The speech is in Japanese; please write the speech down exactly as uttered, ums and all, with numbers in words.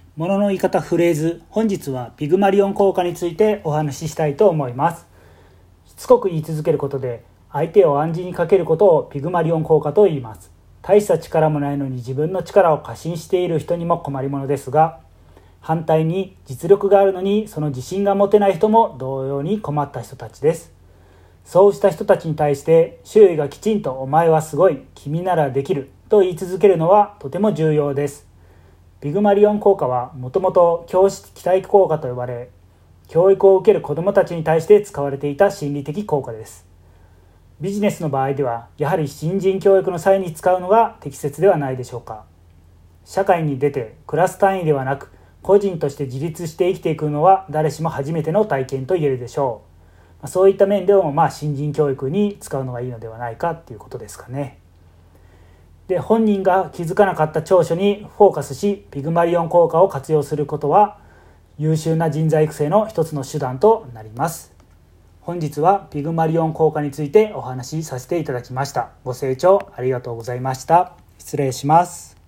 物の言い方フレーズ、本日はピグマリオン効果についてお話ししたいと思います。しつこく言い続けることで相手を暗示にかけることをピグマリオン効果と言います。大した力もないのに自分の力を過信している人にも困りものですが、反対に実力があるのにその自信が持てない人も同様に困った人たちです。そうした人たちに対して周囲がきちんとお前はすごい、君ならできると言い続けるのはとても重要です。ピグマリオン効果はもともと教師期待効果と呼ばれ、教育を受ける子どもたちに対して使われていた心理的効果です。ビジネスの場合ではやはり新人教育の際に使うのが適切ではないでしょうか。社会に出てクラス単位ではなく個人として自立して生きていくのは誰しも初めての体験と言えるでしょう。そういった面でもまあ新人教育に使うのがいいのではないかということですかね。で、本人が気づかなかった長所にフォーカスし、ピグマリオン効果を活用することは優秀な人材育成の一つの手段となります。本日はピグマリオン効果についてお話しさせていただきました。ご清聴ありがとうございました。失礼します。